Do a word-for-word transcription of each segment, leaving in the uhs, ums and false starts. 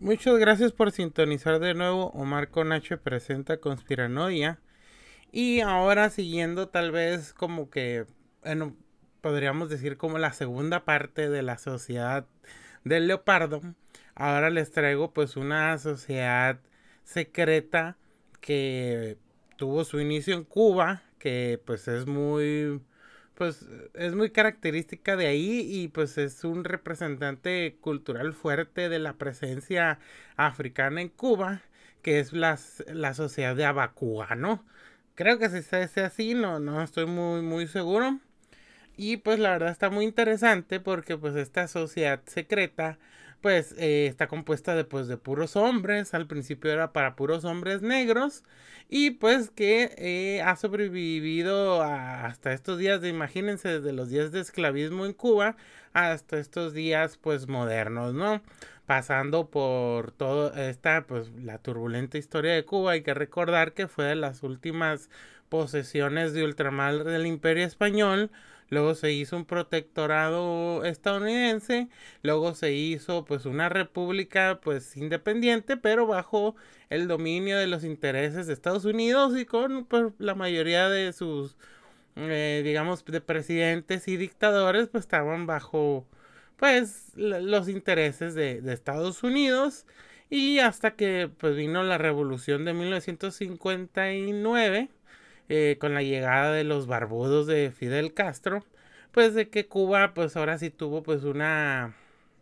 Muchas gracias por sintonizar de nuevo. Omar Conache presenta Conspiranoia. Y ahora siguiendo tal vez como que, bueno, podríamos decir como la segunda parte de la sociedad del leopardo. Ahora les traigo pues una sociedad secreta que tuvo su inicio en Cuba, que pues es muy pues es muy característica de ahí y pues es un representante cultural fuerte de la presencia africana en Cuba, que es la, la sociedad de Abacúa, ¿no? Creo que si se dice así, no, no estoy muy, muy seguro. Y pues la verdad está muy interesante porque pues esta sociedad secreta pues eh, está compuesta de pues de puros hombres. Al principio era para puros hombres negros y pues que eh, ha sobrevivido a, hasta estos días de, imagínense, desde los días de esclavismo en Cuba hasta estos días pues modernos, ¿no? Pasando por toda esta pues la turbulenta historia de Cuba. Hay que recordar que fue de las últimas posesiones de ultramar del Imperio Español. Luego se hizo un protectorado estadounidense, luego se hizo pues una república pues independiente, pero bajo el dominio de los intereses de Estados Unidos y con pues, la mayoría de sus eh, digamos de presidentes y dictadores pues estaban bajo pues los intereses de, de Estados Unidos. Y hasta que pues vino la revolución de mil novecientos cincuenta y nueve, eh, con la llegada de los barbudos de Fidel Castro, pues de que Cuba pues ahora sí tuvo pues una,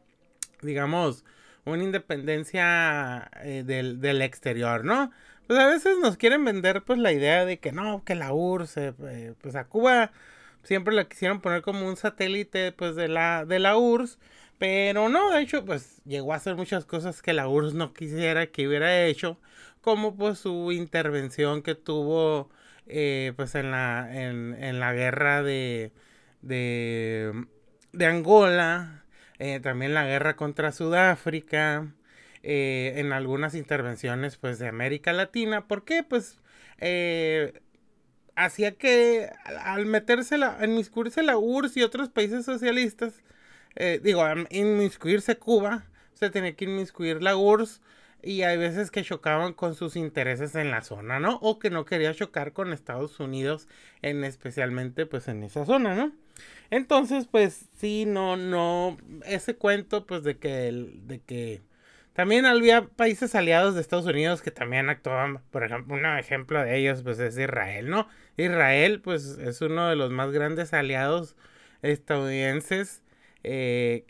digamos, una independencia eh, del, del exterior, ¿no? Pues a veces nos quieren vender pues la idea de que no, que la U R S S, eh, pues a Cuba siempre la quisieron poner como un satélite pues de la, de la U R S S, pero no, de hecho pues llegó a hacer muchas cosas que la U R S S no quisiera que hubiera hecho, como pues su intervención que tuvo eh, pues en la, en, en la guerra de, de, de Angola, eh, también la guerra contra Sudáfrica, eh, en algunas intervenciones pues de América Latina. ¿Por qué? Pues eh, hacía que al meterse la, inmiscuirse la U R S S y otros países socialistas, eh, digo, inmiscuirse Cuba, se tenía que inmiscuir la U R S S y hay veces que chocaban con sus intereses en la zona, ¿no? O que no quería chocar con Estados Unidos, en especialmente pues en esa zona, ¿no? Entonces, pues sí, no, no, ese cuento pues de que, de que también había países aliados de Estados Unidos que también actuaban. Por ejemplo, un ejemplo de ellos pues es Israel, ¿no? Israel pues es uno de los más grandes aliados estadounidenses eh,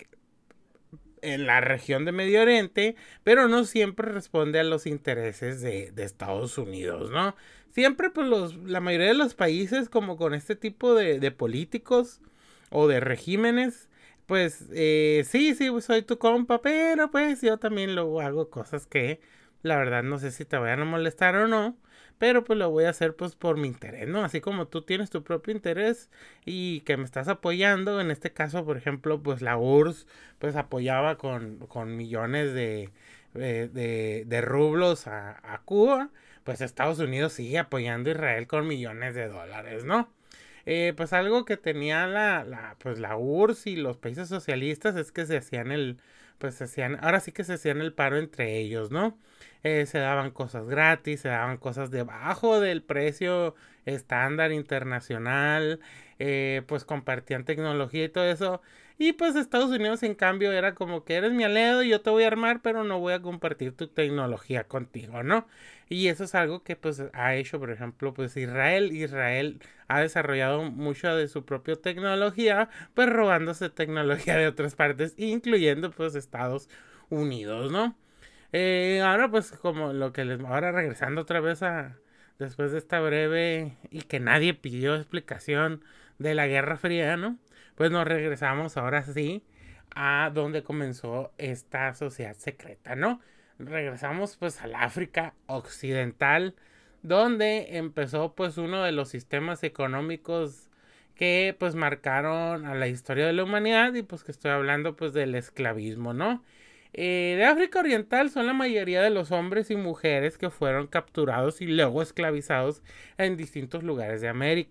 en la región de Medio Oriente, pero no siempre responde a los intereses de, de Estados Unidos, ¿no? Siempre pues los, la mayoría de los países como con este tipo de, de políticos o de regímenes, pues eh, sí, sí, soy tu compa, pero pues yo también luego hago cosas que la verdad no sé si te vayan a molestar o no, pero pues lo voy a hacer pues por mi interés, ¿no? Así como tú tienes tu propio interés y que me estás apoyando, en este caso, por ejemplo, pues la U R S S pues apoyaba con, con millones de, de, de, de rublos a, a Cuba, pues Estados Unidos sigue apoyando a Israel con millones de dólares, ¿no? Eh, pues algo que tenía la, la, pues la U R S S y los países socialistas es que se hacían el, pues se hacían, ahora sí que se hacían el paro entre ellos, ¿no? Eh, se daban cosas gratis, se daban cosas debajo del precio estándar internacional, eh, pues compartían tecnología y todo eso. Y pues Estados Unidos en cambio era como que eres mi aliado y yo te voy a armar, pero no voy a compartir tu tecnología contigo, ¿no? Y eso es algo que pues ha hecho, por ejemplo, pues Israel. Israel ha desarrollado mucha de su propia tecnología, pues robándose tecnología de otras partes, incluyendo pues Estados Unidos, ¿no? Eh, ahora pues como lo que les... Ahora regresando otra vez a... Después de esta breve y que nadie pidió explicación de la Guerra Fría, ¿no? Pues nos regresamos ahora sí a donde comenzó esta sociedad secreta, ¿no? Regresamos pues al África Occidental, donde empezó pues uno de los sistemas económicos que pues marcaron a la historia de la humanidad y pues que estoy hablando pues del esclavismo, ¿no? Eh, de África Oriental son la mayoría de los hombres y mujeres que fueron capturados y luego esclavizados en distintos lugares de América.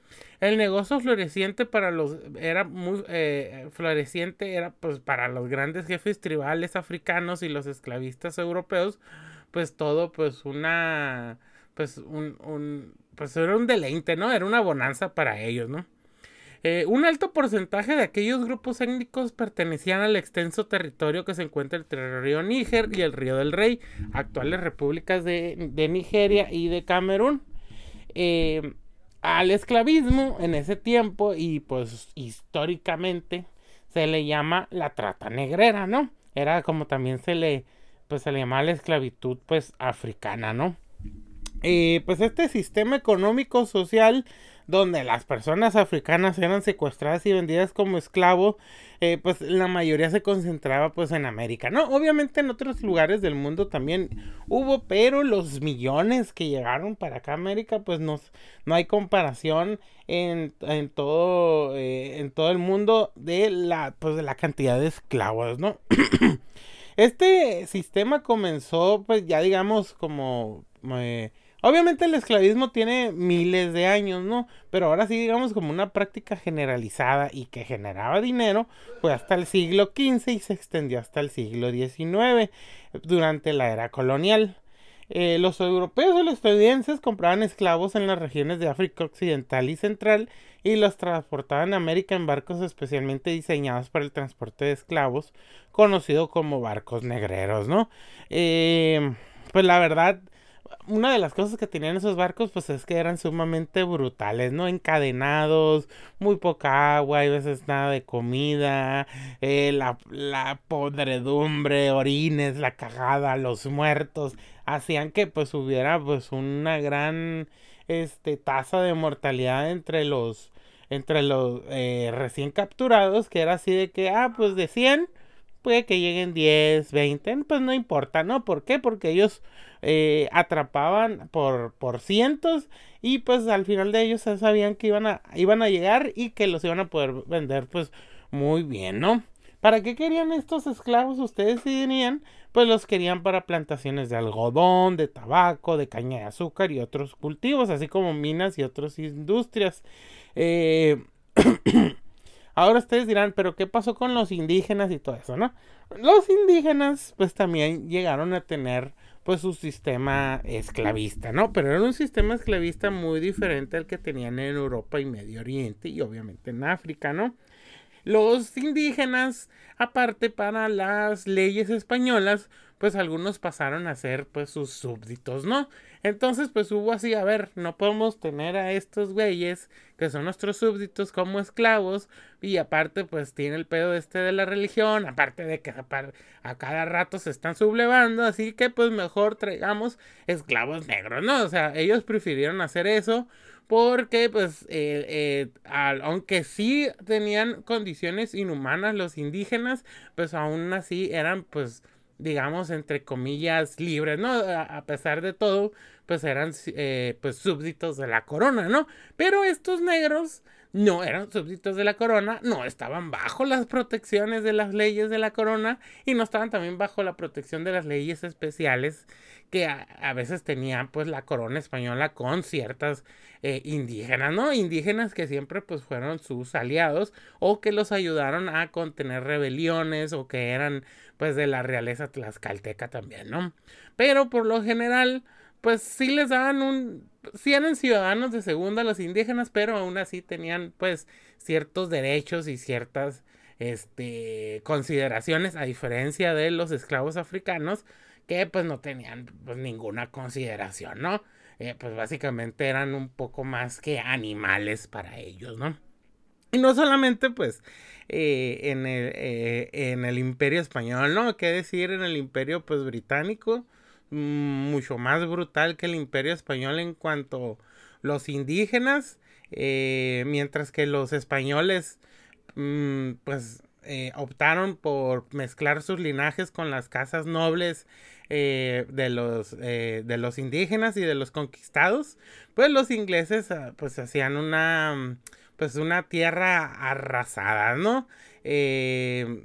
El negocio floreciente para los era muy eh, floreciente era pues para los grandes jefes tribales africanos y los esclavistas europeos, pues todo pues una pues un, un pues era un deleite, ¿no? Era una bonanza para ellos, ¿no? Eh, un alto porcentaje de aquellos grupos étnicos pertenecían al extenso territorio que se encuentra entre el río Níger y el río del Rey, actuales repúblicas de, de Nigeria y de Camerún. Eh, al esclavismo en ese tiempo y pues históricamente se le llama la trata negrera, ¿no? Era como también se le pues se le llama la esclavitud pues africana, ¿no? Eh, pues este sistema económico social donde las personas africanas eran secuestradas y vendidas como esclavos, eh, pues la mayoría se concentraba pues en América, ¿no? Obviamente en otros lugares del mundo también hubo, pero los millones que llegaron para acá a América, pues no, no hay comparación en, en todo eh, en todo el mundo de la, pues, de la cantidad de esclavos, ¿no? Este sistema comenzó pues ya digamos como... Eh, obviamente el esclavismo tiene miles de años, ¿no? Pero ahora sí, digamos, como una práctica generalizada y que generaba dinero, fue hasta el siglo quince y se extendió hasta el siglo diecinueve, durante la era colonial. Eh, los europeos y los estadounidenses compraban esclavos en las regiones de África Occidental y Central y los transportaban a América en barcos especialmente diseñados para el transporte de esclavos, conocido como barcos negreros, ¿no? Eh, pues la verdad... Una de las cosas que tenían esos barcos pues es que eran sumamente brutales, ¿no? Encadenados, muy poca agua, y a veces nada de comida, eh, la, la podredumbre, orines, la cagada, los muertos, hacían que pues hubiera pues una gran este tasa de mortalidad entre los entre los eh, recién capturados, que era así de que, ah, pues de cien puede que lleguen diez, veinte, pues no importa, ¿no? ¿Por qué? Porque ellos eh, atrapaban por, por cientos y pues al final de ellos ya sabían que iban a, iban a llegar y que los iban a poder vender pues muy bien, ¿no? ¿Para qué querían estos esclavos? Ustedes sí dirían, pues los querían para plantaciones de algodón, de tabaco, de caña de azúcar y otros cultivos, así como minas y otras industrias. Eh... Ahora ustedes dirán, pero ¿qué pasó con los indígenas y todo eso, no? Los indígenas, pues también llegaron a tener, pues, su sistema esclavista, ¿no? Pero era un sistema esclavista muy diferente al que tenían en Europa y Medio Oriente y obviamente en África, ¿no? Los indígenas, aparte para las leyes españolas, pues algunos pasaron a ser pues sus súbditos, ¿no? Entonces pues hubo así, a ver, no podemos tener a estos güeyes que son nuestros súbditos como esclavos y aparte pues tiene el pedo este de la religión, aparte de que a cada rato se están sublevando, así que pues mejor traigamos esclavos negros, ¿no? O sea, ellos prefirieron hacer eso porque pues eh, eh, al, aunque sí tenían condiciones inhumanas los indígenas, pues aún así eran pues digamos entre comillas libres, ¿no? A, a pesar de todo, pues eran eh, pues súbditos de la corona, ¿no? Pero estos negros no eran súbditos de la corona, no estaban bajo las protecciones de las leyes de la corona y no estaban también bajo la protección de las leyes especiales que a, a veces tenía pues la corona española con ciertas eh, indígenas, ¿no? Indígenas que siempre pues fueron sus aliados o que los ayudaron a contener rebeliones o que eran pues de la realeza tlaxcalteca también, ¿no? Pero por lo general pues sí les daban un... sí eran ciudadanos de segunda los indígenas, pero aún así tenían pues ciertos derechos y ciertas este, consideraciones a diferencia de los esclavos africanos que pues no tenían pues ninguna consideración, ¿no? Eh, pues básicamente eran un poco más que animales para ellos, ¿no? Y no solamente pues eh, en, el, eh, en el imperio español, ¿no? ¿Qué decir en el imperio pues británico? Mucho más brutal que el imperio español en cuanto los indígenas, eh, mientras que los españoles mmm, pues eh, optaron por mezclar sus linajes con las casas nobles eh, de los eh, de los indígenas y de los conquistados, pues los ingleses pues hacían una pues una tierra arrasada, ¿no? Eh,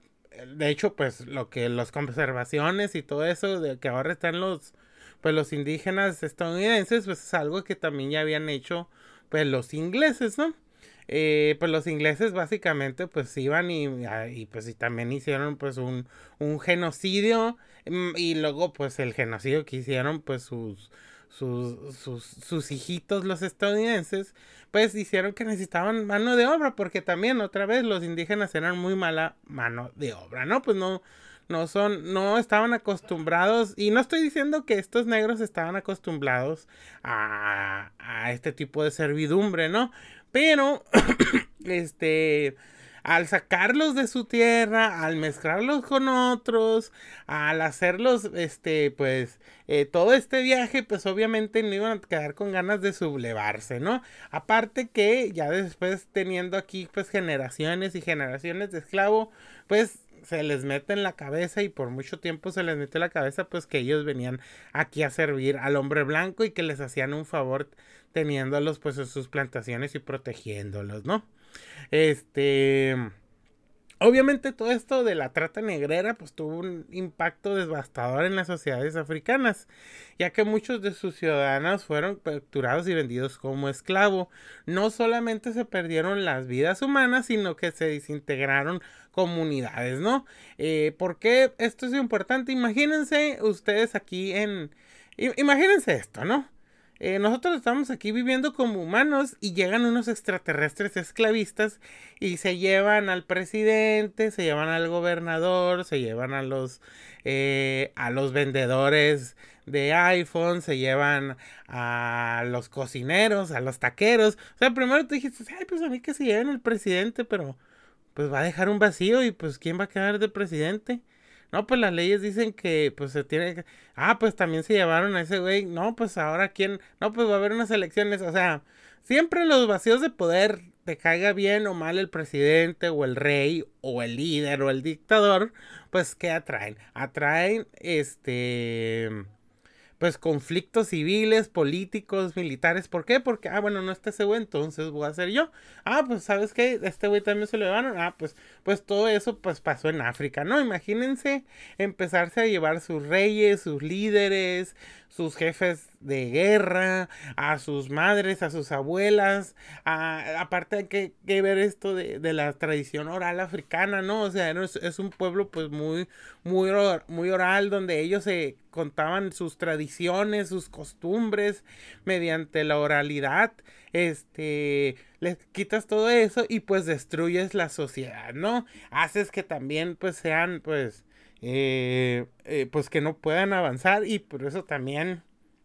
de hecho, pues lo que las conservaciones y todo eso de que ahora están los pues los indígenas estadounidenses, pues es algo que también ya habían hecho pues los ingleses, ¿no? Eh, pues los ingleses básicamente pues iban y, y pues y también hicieron pues un, un genocidio, mm, y luego pues el genocidio que hicieron pues sus, sus, sus, sus hijitos los estadounidenses pues hicieron que necesitaban mano de obra, porque también otra vez los indígenas eran muy mala mano de obra, ¿no? Pues no, no son, no estaban acostumbrados, y no estoy diciendo que estos negros estaban acostumbrados a, a este tipo de servidumbre, ¿no? Pero, este, al sacarlos de su tierra, al mezclarlos con otros, al hacerlos, este, pues, eh, todo este viaje, pues obviamente no iban a quedar con ganas de sublevarse, ¿no? Aparte que ya después teniendo aquí, pues, generaciones y generaciones de esclavo, pues, se les mete en la cabeza, y por mucho tiempo se les mete en la cabeza pues que ellos venían aquí a servir al hombre blanco y que les hacían un favor teniéndolos pues en sus plantaciones y protegiéndolos, ¿no? Este... Obviamente todo esto de la trata negrera pues tuvo un impacto devastador en las sociedades africanas, ya que muchos de sus ciudadanos fueron capturados y vendidos como esclavo. No solamente se perdieron las vidas humanas, sino que se desintegraron comunidades, ¿no? Eh, ¿Por qué esto es importante? Imagínense ustedes aquí en... Imagínense esto, ¿no? Eh, nosotros estamos aquí viviendo como humanos y llegan unos extraterrestres esclavistas y se llevan al presidente, se llevan al gobernador, se llevan a los eh, a los vendedores de iPhone, se llevan a los cocineros, a los taqueros. O sea, primero tú dijiste, ay, pues a mí que se lleven al presidente, pero pues va a dejar un vacío y pues ¿quién va a quedar de presidente? No, pues las leyes dicen que pues se tiene que... Ah, pues también se llevaron a ese güey. No, pues ahora quién... No, pues va a haber unas elecciones. O sea, siempre los vacíos de poder, te caiga bien o mal el presidente o el rey o el líder o el dictador, pues ¿qué atraen? Atraen este... pues conflictos civiles, políticos, militares. ¿Por qué? Porque, ah, bueno, no está ese güey, entonces voy a ser yo. Ah, pues, ¿sabes qué? Este güey también se lo llevaron. Ah, pues, pues todo eso, pues, pasó en África, ¿no? Imagínense empezarse a llevar sus reyes, sus líderes, sus jefes de guerra, a sus madres, a sus abuelas. A, aparte hay que, que ver esto de, de la tradición oral africana, ¿no? O sea, es, es un pueblo, pues, muy, muy, muy oral, donde ellos se contaban sus tradiciones, sus costumbres, mediante la oralidad. Este, les quitas todo eso y pues destruyes la sociedad, ¿no? Haces que también pues sean pues eh, eh, pues que no puedan avanzar, y por eso también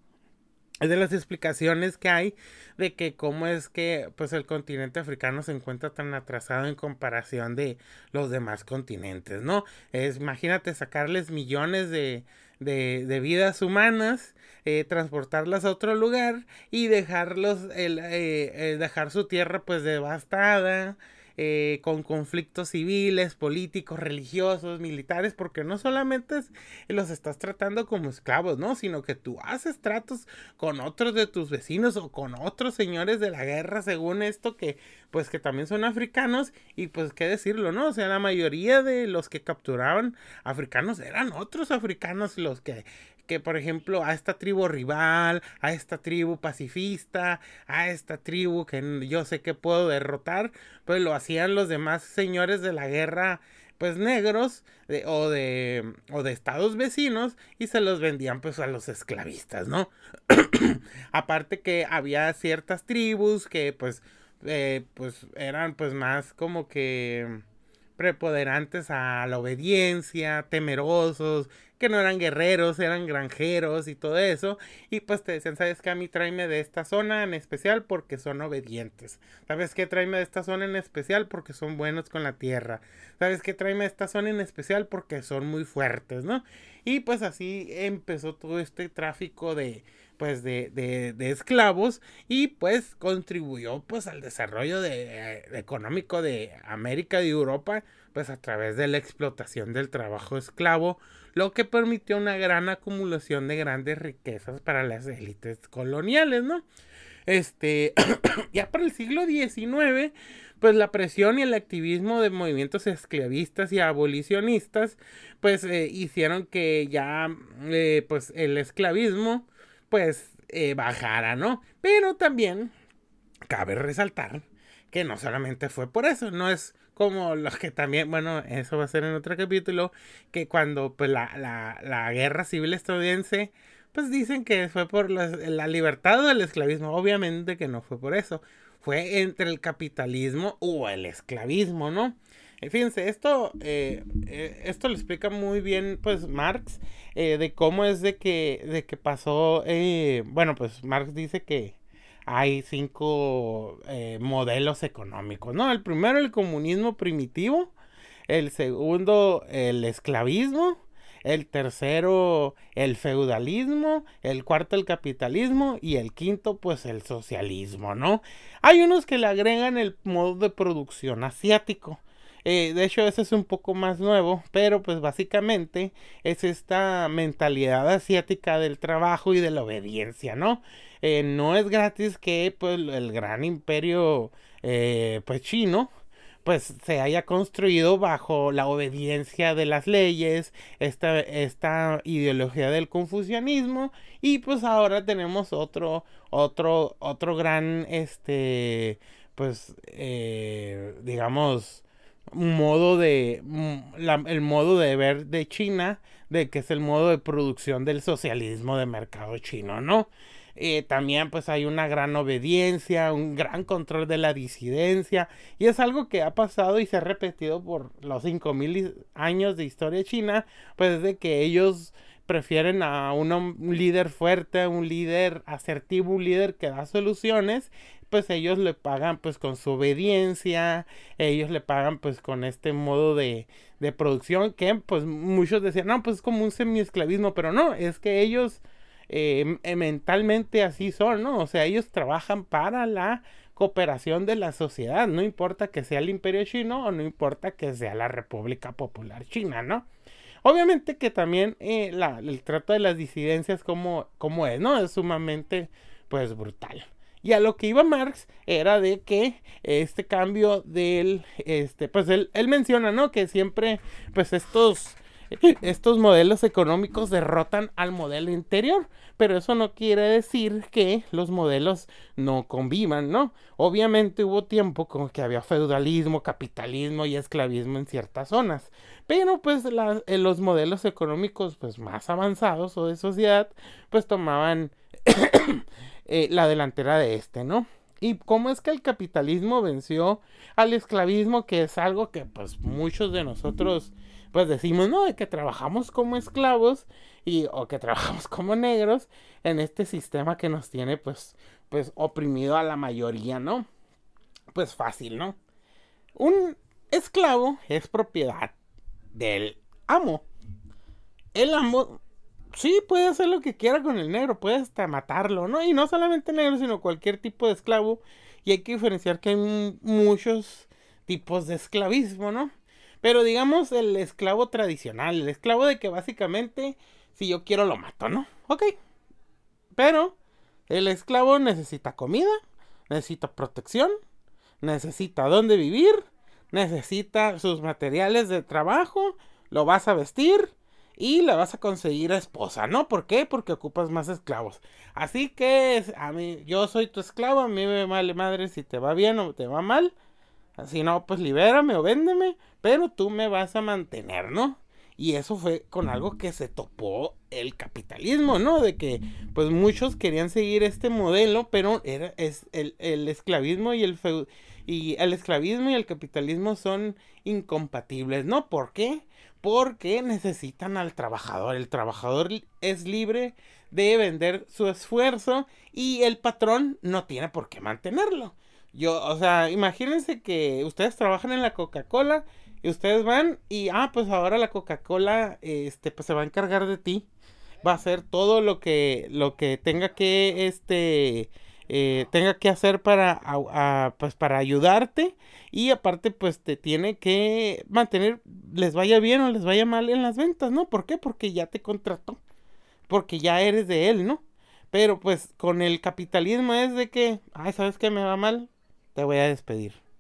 es de las explicaciones que hay de que cómo es que pues el continente africano se encuentra tan atrasado en comparación de los demás continentes, ¿no? Es, imagínate sacarles millones de, de, de vidas humanas, eh, transportarlas a otro lugar y dejarlos, el, eh, eh, dejar su tierra pues devastada, eh, con conflictos civiles, políticos, religiosos, militares, porque no solamente es, los estás tratando como esclavos, ¿no? Sino que tú haces tratos con otros de tus vecinos o con otros señores de la guerra, según esto, que pues que también son africanos, y pues qué decirlo, ¿no? O sea, la mayoría de los que capturaban africanos eran otros africanos los que que por ejemplo a esta tribu rival, a esta tribu pacifista, a esta tribu que yo sé que puedo derrotar, pues lo hacían los demás señores de la guerra, pues negros, de, o de o de estados vecinos, y se los vendían pues a los esclavistas, ¿no? Aparte que había ciertas tribus que pues eh, pues eran pues más como que preponderantes a la obediencia, temerosos, que no eran guerreros, eran granjeros y todo eso, y pues te decían, ¿sabes qué? A mí tráeme de esta zona en especial porque son obedientes. ¿Sabes qué? Tráeme de esta zona en especial porque son buenos con la tierra. ¿Sabes qué? Tráeme de esta zona en especial porque son muy fuertes, ¿no? Y pues así empezó todo este tráfico de pues de, de, de esclavos, y pues contribuyó pues al desarrollo de, de económico de América y Europa pues a través de la explotación del trabajo esclavo, lo que permitió una gran acumulación de grandes riquezas para las élites coloniales, ¿no? Este, ya para el siglo diecinueve, pues la presión y el activismo de movimientos esclavistas y abolicionistas, pues eh, hicieron que ya, eh, pues el esclavismo, pues eh, bajara, ¿no? Pero también cabe resaltar que no solamente fue por eso, no es como los que también, bueno, eso va a ser en otro capítulo, que cuando pues la, la, la guerra civil estadounidense, pues dicen que fue por la, la libertad o el esclavismo. Obviamente que no fue por eso, fue entre el capitalismo o el esclavismo, ¿no? Eh, fíjense, esto, eh, eh, esto lo explica muy bien pues Marx, eh, de cómo es de que, de que pasó, eh, bueno, pues Marx dice que hay cinco eh, modelos económicos, ¿no? El primero, el comunismo primitivo. El segundo, el esclavismo. El tercero, el feudalismo. El cuarto, el capitalismo. Y el quinto, pues el socialismo, ¿no? Hay unos que le agregan el modo de producción asiático. Eh, de hecho, ese es un poco más nuevo, pero pues básicamente es esta mentalidad asiática del trabajo y de la obediencia, ¿no? Eh, no es gratis que pues el gran imperio eh, pues chino pues se haya construido bajo la obediencia de las leyes, esta, esta ideología del confucianismo, y pues ahora tenemos otro, otro, otro gran, este, pues, eh, digamos, un modo de, la, el modo de ver de China, de que es el modo de producción del socialismo de mercado chino, ¿no? Eh, también pues hay una gran obediencia, un gran control de la disidencia, y es algo que ha pasado y se ha repetido por los cinco mil años de historia china, pues de que ellos prefieren a un, un líder fuerte, un líder asertivo, un líder que da soluciones. Pues ellos le pagan pues con su obediencia, ellos le pagan pues con este modo de, de producción que pues muchos decían, no, pues es como un semi-esclavismo, pero no, es que ellos eh, mentalmente así son, ¿no? O sea, ellos trabajan para la cooperación de la sociedad, no importa que sea el Imperio Chino o no importa que sea la República Popular China, ¿no? Obviamente que también eh, la, el trato de las disidencias como, como es, ¿no? Es sumamente pues brutal. Y a lo que iba Marx era de que este cambio del, este, pues él, él menciona, ¿no? Que siempre, pues estos, estos modelos económicos derrotan al modelo interior, pero eso no quiere decir que los modelos no convivan, ¿no? Obviamente hubo tiempo como que había feudalismo, capitalismo y esclavismo en ciertas zonas, pero pues la, en los modelos económicos pues más avanzados o de sociedad pues tomaban Eh, la delantera de este, ¿no? Y cómo es que el capitalismo venció al esclavismo, que es algo que pues muchos de nosotros pues decimos, ¿no? De que trabajamos como esclavos y o que trabajamos como negros en este sistema que nos tiene pues pues oprimido a la mayoría, ¿no? Pues fácil, ¿no? Un esclavo es propiedad del amo. El amo sí, puede hacer lo que quiera con el negro, puede hasta matarlo, ¿no? Y no solamente negro, sino cualquier tipo de esclavo. Y hay que diferenciar que hay m- muchos tipos de esclavismo, ¿no? Pero digamos el esclavo tradicional, el esclavo de que básicamente si yo quiero lo mato, ¿no? Ok. Pero el esclavo necesita comida, necesita protección, necesita dónde vivir, necesita sus materiales de trabajo, lo vas a vestir y la vas a conseguir a esposa, ¿no? ¿Por qué? Porque ocupas más esclavos. Así que a mí, yo soy tu esclavo, a mí me vale madre si te va bien o te va mal. Si no, pues libérame o véndeme, pero tú me vas a mantener, ¿no? Y eso fue con algo que se topó el capitalismo, ¿no? De que pues muchos querían seguir este modelo, pero era es el, el esclavismo y el feu y el esclavismo y el capitalismo son incompatibles, ¿no? ¿Por qué? Porque necesitan al trabajador. El trabajador es libre de vender su esfuerzo y el patrón no tiene por qué mantenerlo. Yo, o sea, imagínense que ustedes trabajan en la Coca-Cola y ustedes van y, ah, pues ahora la Coca-Cola, este, pues se va a encargar de ti. Va a hacer todo lo que, lo que tenga que, este, eh, tenga que hacer para, a, a, pues para ayudarte. Y aparte, pues te tiene que mantener, les vaya bien o les vaya mal en las ventas, ¿no? ¿Por qué? Porque ya te contrató. Porque ya eres de él, ¿no? Pero pues con el capitalismo es de que, ay, ¿sabes qué me va mal? Te voy a despedir.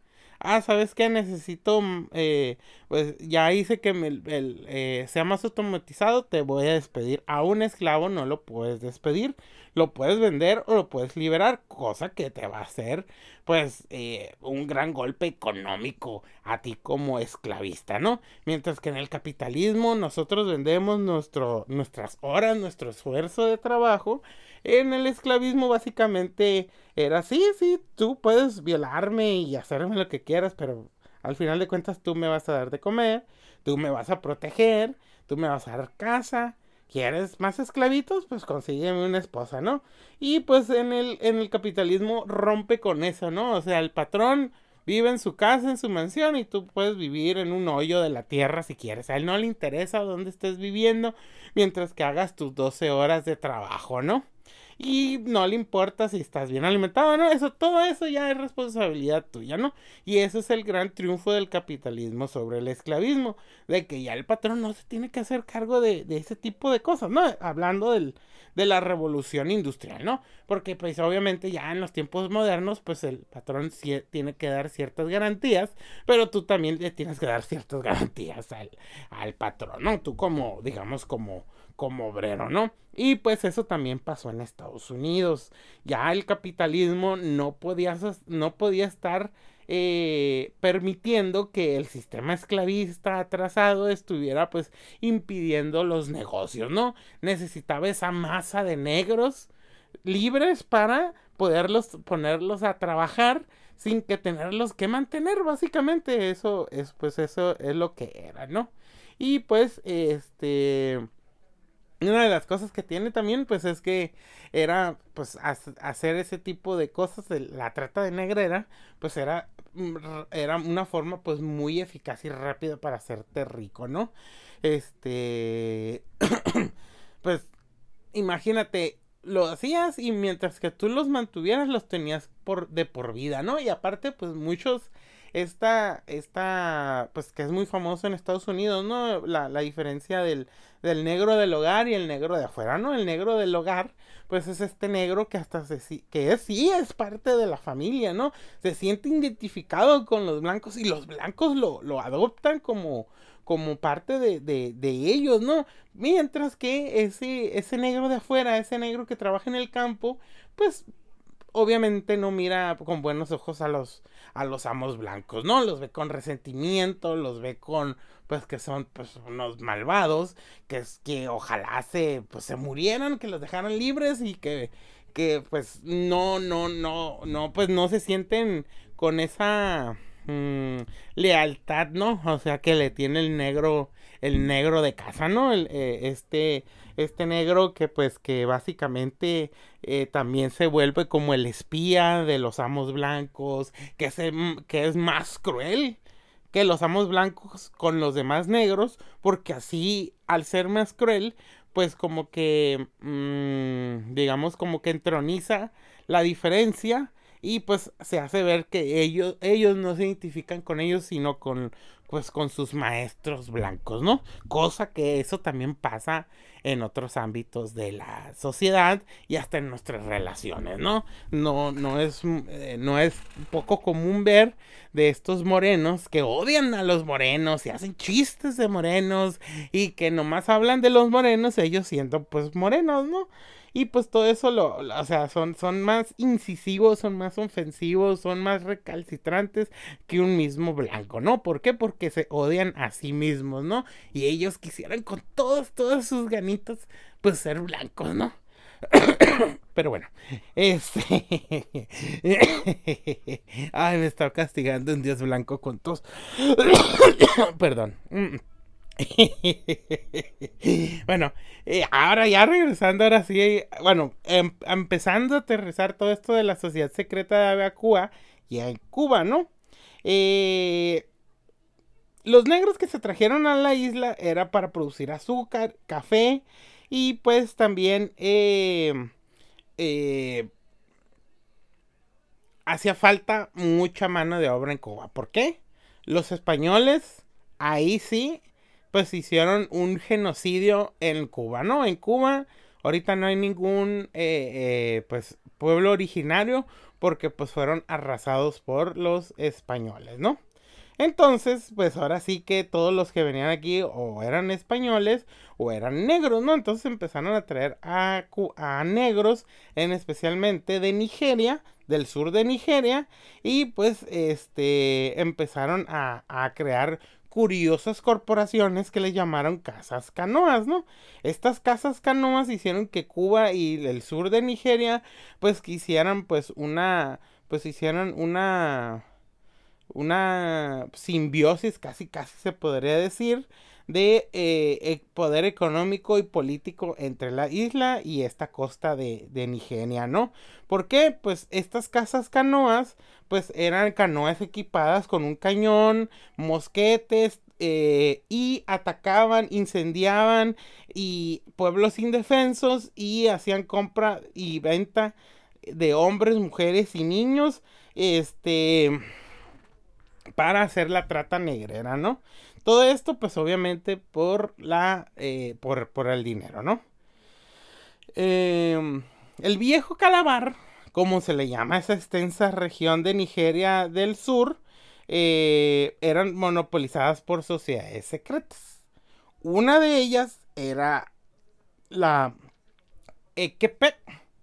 ah, ¿sabes qué? Necesito, mm, eh, pues ya hice que me, el, eh, sea más automatizado, te voy a despedir. A un esclavo no lo puedes despedir, lo puedes vender o lo puedes liberar, cosa que te va a hacer, pues, eh, un gran golpe económico a ti como esclavista, ¿no? Mientras que en el capitalismo nosotros vendemos nuestro, nuestras horas, nuestro esfuerzo de trabajo. En el esclavismo básicamente era, sí, sí, tú puedes violarme y hacerme lo que quieras, pero al final de cuentas tú me vas a dar de comer, tú me vas a proteger, tú me vas a dar casa. ¿Quieres más esclavitos? Pues consígueme una esposa, ¿no? Y pues en el, en el capitalismo rompe con eso, ¿no? O sea, el patrón vive en su casa, en su mansión, y tú puedes vivir en un hoyo de la tierra si quieres. A él no le interesa dónde estés viviendo mientras que hagas tus doce horas de trabajo, ¿no? Y no le importa si estás bien alimentado, ¿no? Eso, todo eso ya es responsabilidad tuya, ¿no? Y ese es el gran triunfo del capitalismo sobre el esclavismo, de que ya el patrón no se tiene que hacer cargo de, de ese tipo de cosas, ¿no? Hablando del, de la revolución industrial, ¿no? Porque pues obviamente ya en los tiempos modernos, pues el patrón sí tiene que dar ciertas garantías, pero tú también le tienes que dar ciertas garantías al, al patrón, ¿no? Tú como, digamos, como como obrero, ¿no? Y pues eso también pasó en Estados Unidos. Ya el capitalismo no podía, no podía estar eh, permitiendo que el sistema esclavista atrasado estuviera pues impidiendo los negocios, ¿no? Necesitaba esa masa de negros libres para poderlos ponerlos a trabajar sin que tenerlos que mantener, básicamente. Eso es, pues eso es lo que era, ¿no? Y pues este una de las cosas que tiene también, pues es que era, pues, hacer ese tipo de cosas, de la trata de negrera, pues era, era una forma, pues, muy eficaz y rápida para hacerte rico, ¿no? Este, pues, imagínate, lo hacías y mientras que tú los mantuvieras, los tenías por, de por vida, ¿no? Y aparte, pues, muchos esta, esta, pues que es muy famoso en Estados Unidos, ¿no? La, la diferencia del, del negro del hogar y el negro de afuera, ¿no? El negro del hogar, pues es este negro que hasta se, que es, sí es parte de la familia, ¿no? Se siente identificado con los blancos y los blancos lo, lo adoptan como, como parte de, de, de ellos, ¿no? Mientras que ese, ese negro de afuera, ese negro que trabaja en el campo, pues obviamente no mira con buenos ojos a los a los amos blancos, ¿no? Los ve con resentimiento, los ve con pues que son pues unos malvados, que es que ojalá se pues se murieran, que los dejaran libres y que que pues no no no no pues no se sienten con esa mmm, lealtad, ¿no? O sea, que le tiene el negro el negro de casa, ¿no? El, eh, este este negro que pues que básicamente eh, también se vuelve como el espía de los amos blancos, que es, que es más cruel que los amos blancos con los demás negros, porque así al ser más cruel, pues como que, mmm, digamos como que entroniza la diferencia y pues se hace ver que ellos, ellos no se identifican con ellos, sino con, pues con sus maestros blancos, ¿no? Cosa que eso también pasa en otros ámbitos de la sociedad y hasta en nuestras relaciones, ¿no? No, no es, eh, no es poco común ver de estos morenos que odian a los morenos y hacen chistes de morenos y que nomás hablan de los morenos, ellos siendo pues morenos, ¿no? Y pues todo eso, lo, o sea, son, son más incisivos, son más ofensivos, son más recalcitrantes que un mismo blanco, ¿no? ¿Por qué? Porque se odian a sí mismos, ¿no? Y ellos quisieran con todas, todas sus ganitas, pues ser blancos, ¿no? Pero bueno, este... Ay, me está castigando un dios blanco con tos. Perdón. Bueno, eh, ahora ya regresando, ahora sí, bueno, em, empezando a aterrizar todo esto de la sociedad secreta de Abacuá, ya en Cuba, ¿no? Eh, los negros que se trajeron a la isla era para producir azúcar, café y pues también eh, eh, hacía falta mucha mano de obra en Cuba. ¿Por qué? Los españoles, ahí sí, pues hicieron un genocidio en Cuba, ¿no? En Cuba ahorita no hay ningún, eh, eh, pues, pueblo originario porque pues fueron arrasados por los españoles, ¿no? Entonces, pues ahora sí que todos los que venían aquí o eran españoles o eran negros, ¿no? Entonces empezaron a traer a, a negros, en especialmente de Nigeria, del sur de Nigeria, y pues este empezaron a, a crear curiosas corporaciones que le llamaron casas canoas, ¿no? Estas casas canoas hicieron que Cuba y el sur de Nigeria pues quisieran pues una, pues hicieran una una simbiosis, casi casi se podría decir, de eh, poder económico y político entre la isla y esta costa de, de Nigeria, ¿no? ¿Por qué? Pues estas casas canoas, pues eran canoas equipadas con un cañón, mosquetes, eh, y atacaban, incendiaban y pueblos indefensos y hacían compra y venta de hombres, mujeres y niños, este para hacer la trata negrera, ¿no? Todo esto, pues obviamente por la, eh, por, por el dinero, ¿no? Eh, el viejo Calabar, como se le llama a esa extensa región de Nigeria del sur, eh, eran monopolizadas por sociedades secretas. Una de ellas era la Equepet.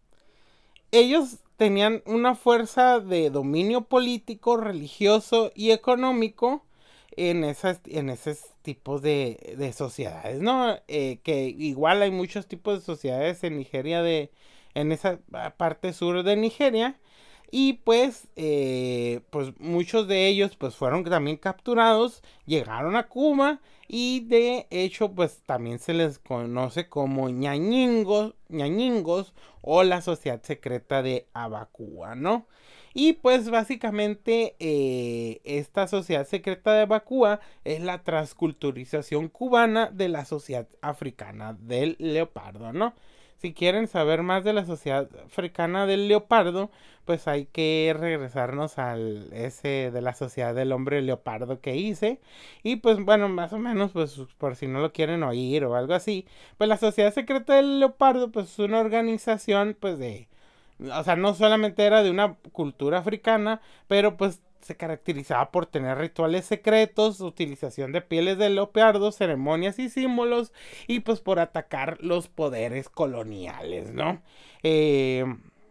Ellos tenían una fuerza de dominio político, religioso y económico en, esas, en esos tipos de, de sociedades, ¿no? Eh, que igual hay muchos tipos de sociedades en Nigeria, de, en esa parte sur de Nigeria. Y pues, eh, pues muchos de ellos pues fueron también capturados, llegaron a Cuba y de hecho pues también se les conoce como ñañingos, ñañingos o la sociedad secreta de Abacúa, ¿no? Y pues básicamente eh, esta sociedad secreta de Abacúa es la transculturización cubana de la sociedad africana del leopardo, ¿no? Si quieren saber más de la sociedad africana del leopardo, pues hay que regresarnos al ese de la sociedad del hombre leopardo que hice. Y pues bueno, más o menos, pues por si no lo quieren oír o algo así, pues la sociedad secreta del leopardo, pues es una organización, pues de, o sea, no solamente era de una cultura africana, pero pues se caracterizaba por tener rituales secretos, utilización de pieles de leopardo, ceremonias y símbolos, y pues por atacar los poderes coloniales, ¿no? Eh,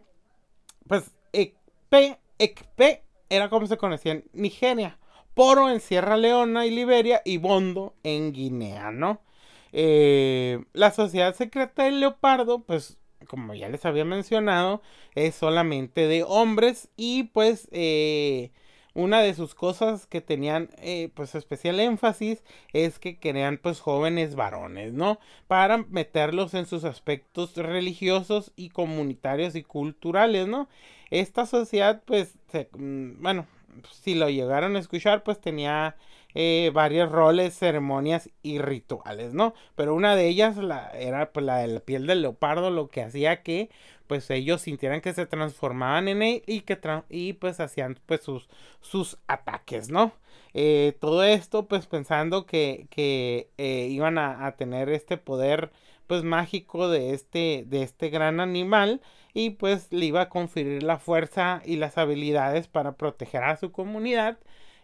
pues Ekpe, Ekpe era como se conocía en Nigeria, Poro en Sierra Leona y Liberia, y Bondo en Guinea, ¿no? Eh, la sociedad secreta del leopardo, pues como ya les había mencionado, es solamente de hombres y pues eh, una de sus cosas que tenían eh, pues especial énfasis es que querían pues jóvenes varones, ¿no? Para meterlos en sus aspectos religiosos y comunitarios y culturales, ¿no? Esta sociedad pues, se, bueno, si lo llegaron a escuchar pues tenía eh, varios roles, ceremonias y rituales, ¿no? Pero una de ellas la, era pues la de la piel del leopardo, lo que hacía que pues ellos sintieran que se transformaban en él y que y pues hacían pues sus, sus ataques, ¿no? Eh, todo esto pues pensando que, que eh, iban a, a tener este poder pues mágico de este, de este gran animal y pues le iba a conferir la fuerza y las habilidades para proteger a su comunidad,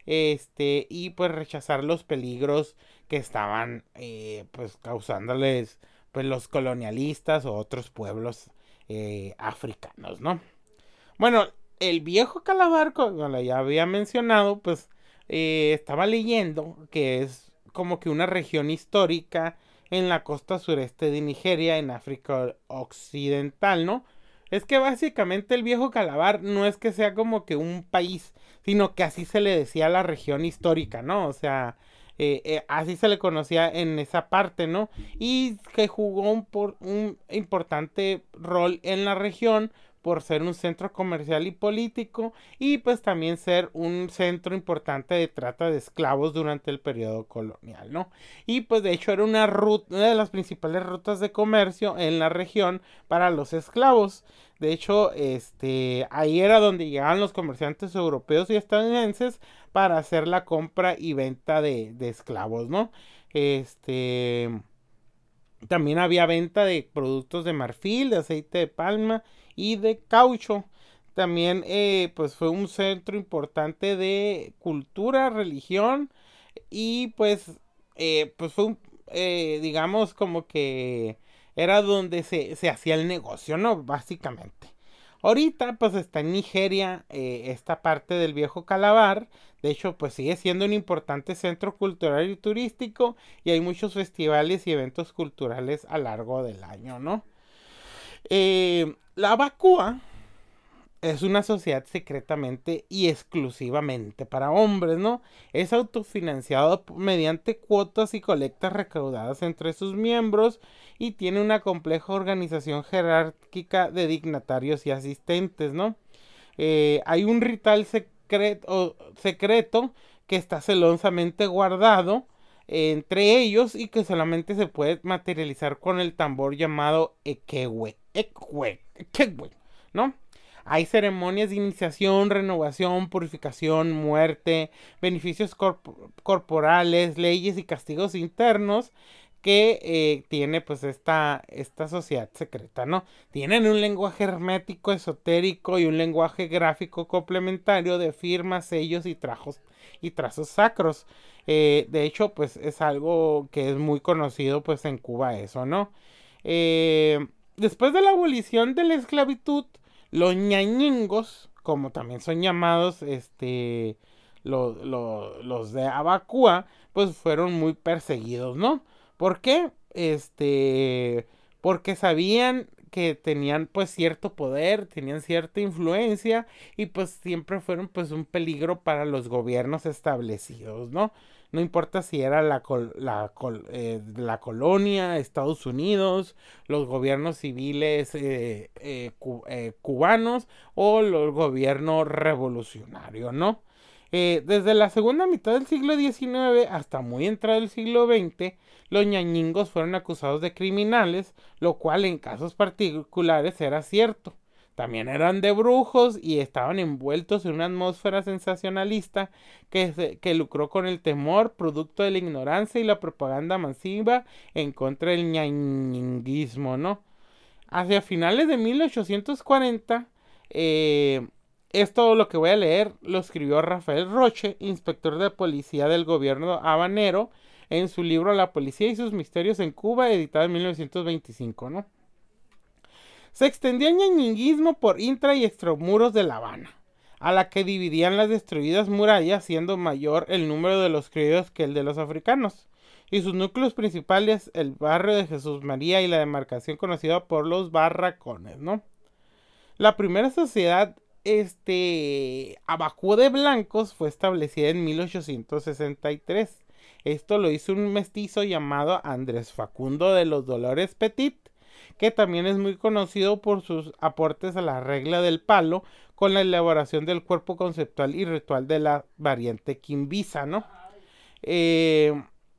este, y pues rechazar los peligros que estaban eh, pues causándoles pues los colonialistas o otros pueblos eh, africanos, ¿no? Bueno, el viejo Calabar, como ya había mencionado, pues eh, estaba leyendo que es como que una región histórica en la costa sureste de Nigeria, en África Occidental, ¿no? Es que básicamente el viejo Calabar no es que sea como que un país, sino que así se le decía a la región histórica, ¿no? O sea, eh, eh, así se le conocía en esa parte, ¿no? Y que jugó un, por, un importante rol en la región por ser un centro comercial y político y pues también ser un centro importante de trata de esclavos durante el periodo colonial, ¿no? Y pues de hecho era una ruta, una de las principales rutas de comercio en la región para los esclavos. De hecho, este, ahí era donde llegaban los comerciantes europeos y estadounidenses para hacer la compra y venta de, de esclavos, ¿no? Este... También había venta de productos de marfil, de aceite de palma y de caucho. También eh, pues fue un centro importante de cultura, religión y pues, eh, pues fue un, eh, digamos como que era donde se, se hacía el negocio, ¿no? Básicamente. Ahorita pues está en Nigeria, eh, esta parte del viejo Calabar. De hecho pues sigue siendo un importante centro cultural y turístico y hay muchos festivales y eventos culturales a lo largo del año, ¿no? Eh, la Bacúa es una sociedad secretamente y exclusivamente para hombres, ¿no? Es autofinanciado mediante cuotas y colectas recaudadas entre sus miembros y tiene una compleja organización jerárquica de dignatarios y asistentes, ¿no? Eh, hay un ritual secreto, secreto que está celosamente guardado eh, entre ellos y que solamente se puede materializar con el tambor llamado Ekwe, Ekwe, Ekwe, ¿no? Hay ceremonias de iniciación, renovación, purificación, muerte, beneficios corp corporales, leyes y castigos internos que eh, tiene pues esta, esta sociedad secreta, ¿no? Tienen un lenguaje hermético, esotérico y un lenguaje gráfico complementario de firmas, sellos y, trajos, y trazos sacros. Eh, de hecho, pues es algo que es muy conocido pues en Cuba eso, ¿no? Eh, después de la abolición de la esclavitud, los ñañingos, como también son llamados este, lo, lo, los de Abacúa, pues fueron muy perseguidos, ¿no? ¿Por qué? Este, porque sabían que tenían pues cierto poder, tenían cierta influencia y pues siempre fueron pues un peligro para los gobiernos establecidos, ¿no? No importa si era la, col la, col eh, la colonia, Estados Unidos, los gobiernos civiles eh, eh, cu eh, cubanos o el gobierno revolucionario, ¿no? Eh, desde la segunda mitad del siglo diecinueve hasta muy entrado el siglo veinte, los ñañingos fueron acusados de criminales, lo cual en casos particulares era cierto. También eran de brujos y estaban envueltos en una atmósfera sensacionalista que, se, que lucró con el temor, producto de la ignorancia y la propaganda masiva en contra del ñañinguismo, ¿no? Hacia finales de mil ochocientos cuarenta, eh, esto lo que voy a leer lo escribió Rafael Roche, inspector de policía del gobierno habanero, en su libro La policía y sus misterios en Cuba, editado en mil novecientos veinticinco, ¿no? Se extendía el ñañinguismo por intra y extramuros de La Habana, a la que dividían las destruidas murallas, siendo mayor el número de los criollos que el de los africanos, y sus núcleos principales, el barrio de Jesús María y la demarcación conocida por los barracones, ¿no? La primera sociedad este, Abacú de blancos fue establecida en mil ochocientos sesenta y tres. Esto lo hizo un mestizo llamado Andrés Facundo de los Dolores Petit, que también es muy conocido por sus aportes a la regla del palo con la elaboración del cuerpo conceptual y ritual de la variante quimbisa, ¿no? Eh,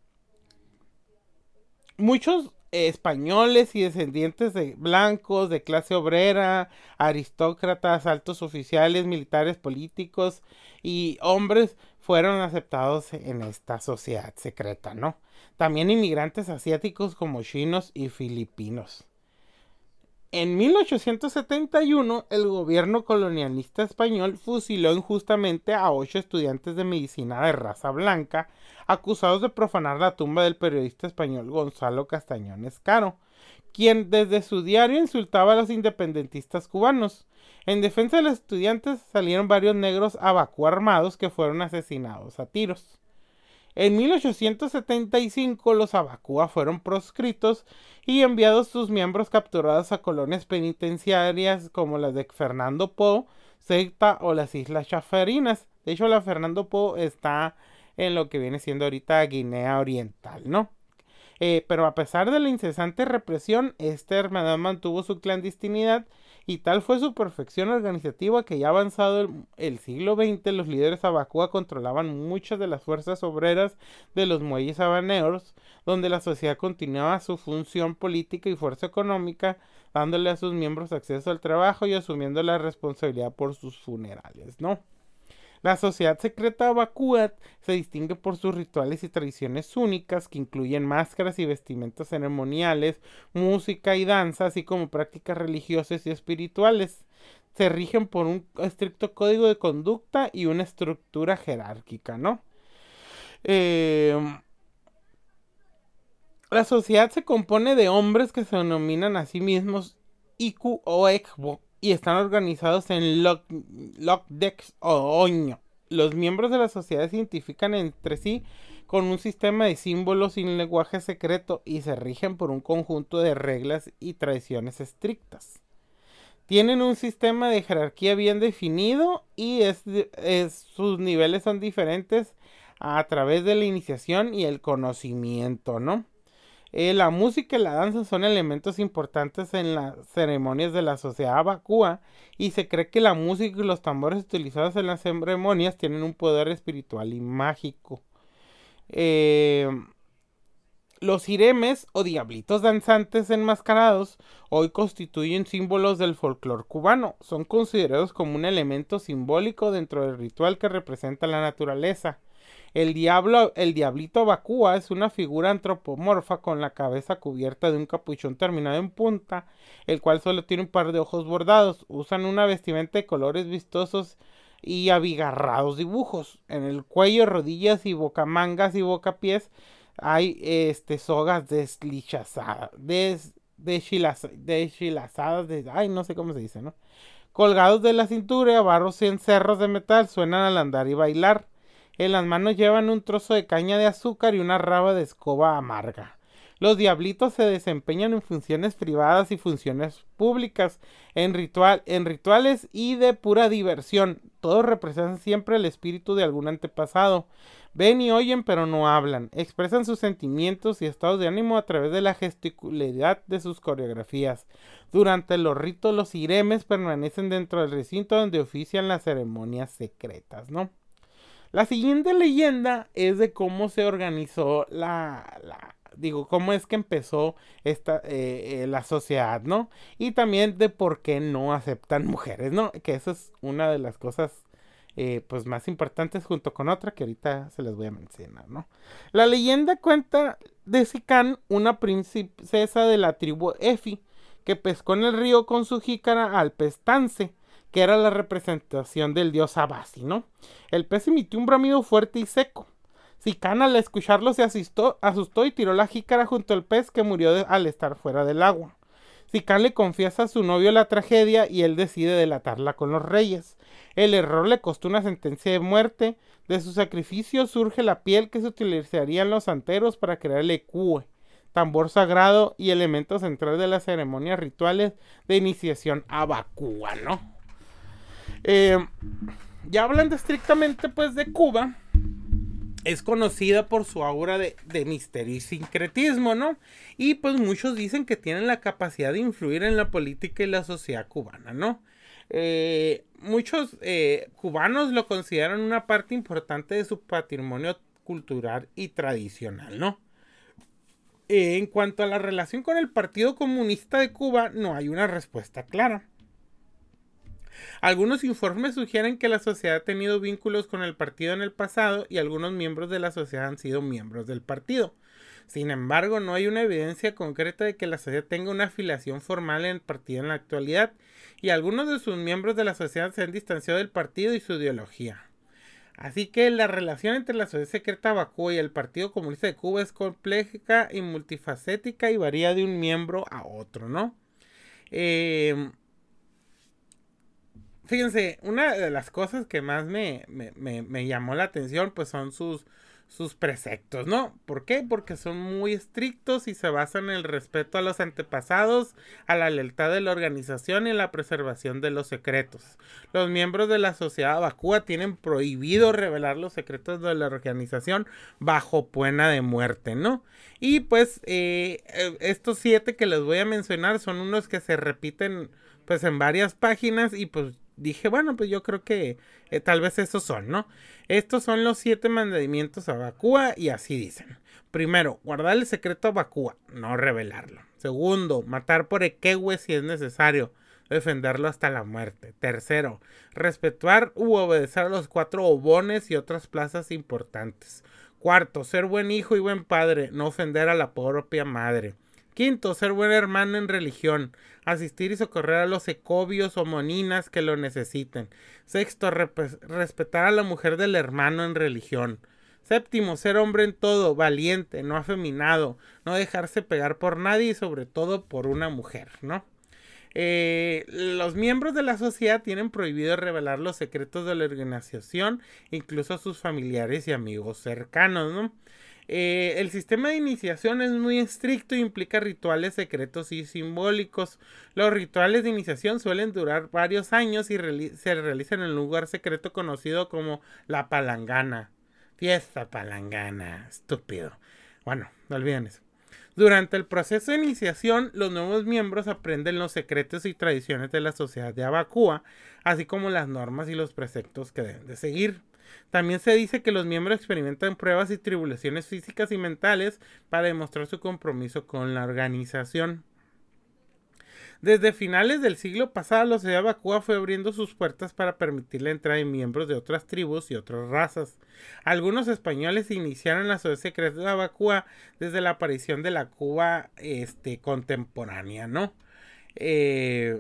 muchos eh, españoles y descendientes de blancos, de clase obrera, aristócratas, altos oficiales, militares, políticos y hombres fueron aceptados en esta sociedad secreta, ¿no? También inmigrantes asiáticos como chinos y filipinos. En mil ochocientos setenta y uno, el gobierno colonialista español fusiló injustamente a ocho estudiantes de medicina de raza blanca, acusados de profanar la tumba del periodista español Gonzalo Castañón Caro, quien desde su diario insultaba a los independentistas cubanos. En defensa de los estudiantes salieron varios negros Abacú armados que fueron asesinados a tiros. En mil ochocientos setenta y cinco los Abacúa fueron proscritos y enviados sus miembros capturados a colonias penitenciarias como las de Fernando Po, Ceuta o las Islas Chafarinas. De hecho, la Fernando Po está en lo que viene siendo ahorita Guinea Oriental, ¿no? Eh, pero a pesar de la incesante represión, esta hermandad mantuvo su clandestinidad y tal fue su perfección organizativa que ya avanzado el, el siglo veinte, los líderes abacúa controlaban muchas de las fuerzas obreras de los muelles habaneros, donde la sociedad continuaba su función política y fuerza económica, dándole a sus miembros acceso al trabajo y asumiendo la responsabilidad por sus funerales, ¿no? La sociedad secreta Abacua se distingue por sus rituales y tradiciones únicas que incluyen máscaras y vestimentas ceremoniales, música y danza, así como prácticas religiosas y espirituales. Se rigen por un estricto código de conducta y una estructura jerárquica, ¿no? Eh, la sociedad se compone de hombres que se denominan a sí mismos Iku o Ekbo y están organizados en Lokdex o Oño. Los miembros de la sociedad se identifican entre sí con un sistema de símbolos y un lenguaje secreto y se rigen por un conjunto de reglas y tradiciones estrictas. Tienen un sistema de jerarquía bien definido y es, es, sus niveles son diferentes a través de la iniciación y el conocimiento, ¿no? Eh, la música y la danza son elementos importantes en las ceremonias de la sociedad Abacua y se cree que la música y los tambores utilizados en las ceremonias tienen un poder espiritual y mágico. Eh, los iremes o diablitos danzantes enmascarados hoy constituyen símbolos del folclore cubano. Son considerados como un elemento simbólico dentro del ritual que representa la naturaleza. El diablo, el diablito Abacua es una figura antropomorfa con la cabeza cubierta de un capuchón terminado en punta, el cual solo tiene un par de ojos bordados. Usan una vestimenta de colores vistosos y abigarrados dibujos. En el cuello, rodillas y bocamangas y bocapiés hay este, sogas deslichazadas, des, deshilazadas, de, ay, no sé cómo se dice, ¿no? Colgados de la cintura, barros y encerros de metal suenan al andar y bailar. En las manos llevan un trozo de caña de azúcar y una raba de escoba amarga. Los diablitos se desempeñan en funciones privadas y funciones públicas, en, ritual, en rituales y de pura diversión. Todos representan siempre el espíritu de algún antepasado. Ven y oyen pero no hablan. Expresan sus sentimientos y estados de ánimo a través de la gesticularidad de sus coreografías. Durante los ritos los iremes permanecen dentro del recinto donde ofician las ceremonias secretas, ¿no? La siguiente leyenda es de cómo se organizó la, la digo, cómo es que empezó esta, eh, eh, la sociedad, ¿no? Y también de por qué no aceptan mujeres, ¿no? Que eso es una de las cosas, eh, pues, más importantes junto con otra que ahorita se les voy a mencionar, ¿no? La leyenda cuenta de Sicán, una princesa de la tribu Efi, que pescó en el río con su jícara al pez Tance, que era la representación del dios Abasi, ¿no? El pez emitió un bramido fuerte y seco. Sicán al escucharlo se asustó, asustó y tiró la jícara junto al pez, que murió de, al estar fuera del agua. Sicán le confiesa a su novio la tragedia y él decide delatarla con los reyes. El error le costó una sentencia de muerte. De su sacrificio surge la piel que se utilizaría en los santeros para crear el ecue, tambor sagrado y elemento central de las ceremonias rituales de iniciación Abacua, ¿no? Eh, ya hablando estrictamente pues de Cuba, es conocida por su aura de, de misterio y sincretismo, ¿no? Y pues muchos dicen que tienen la capacidad de influir en la política y la sociedad cubana, ¿no? Eh, muchos eh, cubanos lo consideran una parte importante de su patrimonio cultural y tradicional, ¿no? Eh, en cuanto a la relación con el Partido Comunista de Cuba, no hay una respuesta clara. Algunos informes sugieren que la sociedad ha tenido vínculos con el partido en el pasado y algunos miembros de la sociedad han sido miembros del partido. Sin embargo, no hay una evidencia concreta de que la sociedad tenga una afiliación formal en el partido en la actualidad, y algunos de sus miembros de la sociedad se han distanciado del partido y su ideología. Así que la relación entre la sociedad secreta Abacua y el Partido Comunista de Cuba es compleja y multifacética y varía de un miembro a otro, ¿no? Eh... Fíjense, una de las cosas que más me, me, me, me llamó la atención pues son sus, sus preceptos, ¿no? ¿Por qué? Porque son muy estrictos y se basan en el respeto a los antepasados, a la lealtad de la organización y en la preservación de los secretos. Los miembros de la sociedad Abacua tienen prohibido revelar los secretos de la organización bajo pena de muerte, ¿no? Y pues eh, estos siete que les voy a mencionar son unos que se repiten pues en varias páginas y pues dije, bueno, pues yo creo que eh, tal vez esos son, ¿no? Estos son los siete mandamientos a Abacua y así dicen. Primero, guardar el secreto a Abacua, no revelarlo. Segundo, matar por equehue si es necesario. defenderlo hasta la muerte. Tercero, respetar u obedecer a los cuatro obones y otras plazas importantes. Cuarto, ser buen hijo y buen padre, no ofender a la propia madre. Quinto, ser buen hermano en religión, asistir y socorrer a los ecobios o moninas que lo necesiten. Sexto, respetar a la mujer del hermano en religión. Séptimo, ser hombre en todo, valiente, no afeminado, no dejarse pegar por nadie y sobre todo por una mujer, ¿no? Eh, los miembros de la sociedad tienen prohibido revelar los secretos de la organización, incluso a sus familiares y amigos cercanos, ¿no? Eh, el sistema de iniciación es muy estricto e implica rituales secretos y simbólicos. Los rituales de iniciación suelen durar varios años y reali- se realizan en un lugar secreto conocido como la palangana. Fiesta palangana, estúpido. Bueno, no olviden eso. Durante el proceso de iniciación, los nuevos miembros aprenden los secretos y tradiciones de la sociedad de Abacúa, así como las normas y los preceptos que deben de seguir. También se dice que los miembros experimentan pruebas y tribulaciones físicas y mentales para demostrar su compromiso con la organización. Desde finales del siglo pasado, la sociedad Abacúa fue abriendo sus puertas para permitir la entrada de miembros de otras tribus y otras razas. Algunos españoles iniciaron la sociedad secreta de Abacúa desde la aparición de la Cuba este, contemporánea, ¿no? Eh...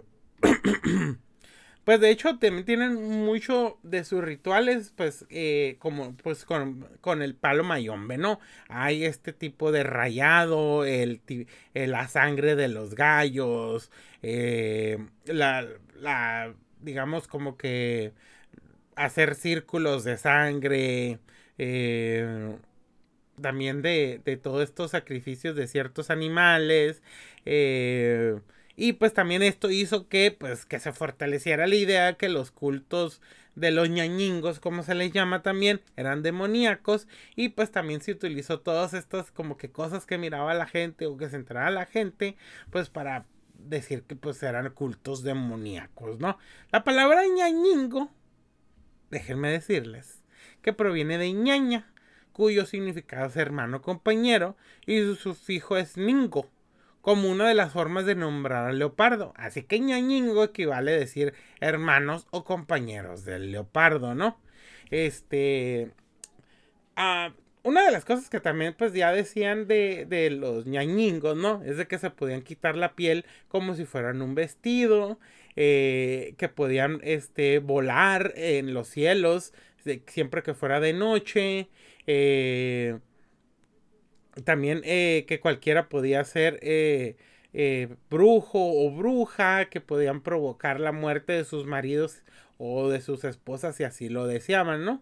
Pues de hecho también tienen mucho de sus rituales, pues eh, como pues con, con el palo mayombe, ¿no? Hay este tipo de rayado, el, el la sangre de los gallos, eh, la, la, digamos como que hacer círculos de sangre, eh, también de, de todos estos sacrificios de ciertos animales, eh... Y pues también esto hizo que, pues, que se fortaleciera la idea que los cultos de los ñañingos, como se les llama también, eran demoníacos. Y pues también se utilizó todas estas como que cosas que miraba la gente o que se enteraba la gente, pues para decir que pues eran cultos demoníacos, ¿no? La palabra ñañingo, déjenme decirles, que proviene de ñaña, cuyo significado es hermano compañero, y su sufijo es ningo, como una de las formas de nombrar al leopardo. Así que ñañingo equivale a decir hermanos o compañeros del leopardo, ¿no? Este... Uh, una de las cosas que también pues ya decían de, de los ñañingos, ¿no? Es de que se podían quitar la piel como si fueran un vestido, eh, que podían este, volar en los cielos de, siempre que fuera de noche, eh... También eh, que cualquiera podía ser eh, eh, brujo o bruja, que podían provocar la muerte de sus maridos o de sus esposas si así lo deseaban, ¿no?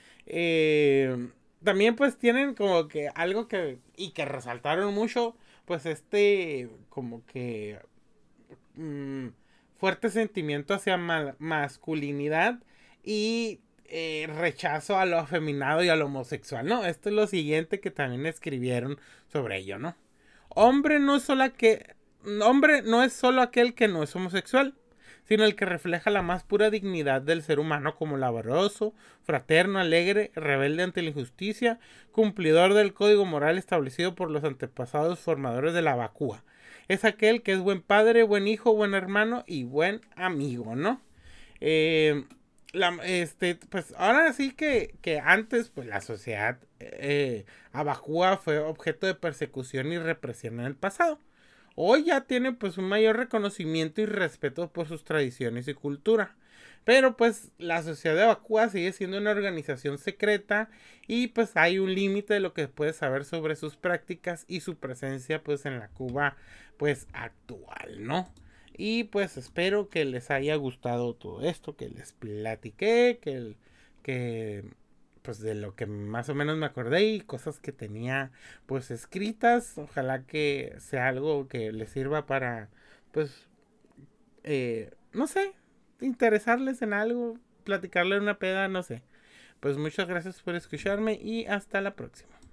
Eh, también pues tienen como que algo que, y que resaltaron mucho, pues este como que mmm, fuerte sentimiento hacia ma- masculinidad y eh, rechazo a lo afeminado y a lo homosexual, ¿no? Esto es lo siguiente que también escribieron sobre ello, ¿no? Hombre no es solo que, hombre no es solo aquel que no es homosexual, sino el que refleja la más pura dignidad del ser humano como laborioso, fraterno, alegre, rebelde ante la injusticia, cumplidor del código moral establecido por los antepasados formadores de la Abacúa. Es aquel que es buen padre, buen hijo, buen hermano y buen amigo, ¿no? Eh, la, este, pues ahora sí que, que antes, pues la sociedad eh, Abacúa fue objeto de persecución y represión en el pasado. Hoy ya tiene pues un mayor reconocimiento y respeto por sus tradiciones y cultura. Pero pues la sociedad de Abacúa sigue siendo una organización secreta y pues hay un límite de lo que puedes saber sobre sus prácticas y su presencia pues en la Cuba pues actual, ¿no? Y pues espero que les haya gustado todo esto que les platiqué, que, que pues de lo que más o menos me acordé y cosas que tenía pues escritas. Ojalá que sea algo que les sirva para pues eh, no sé, interesarles en algo, platicarle una peda, no sé. Pues muchas gracias por escucharme y hasta la próxima.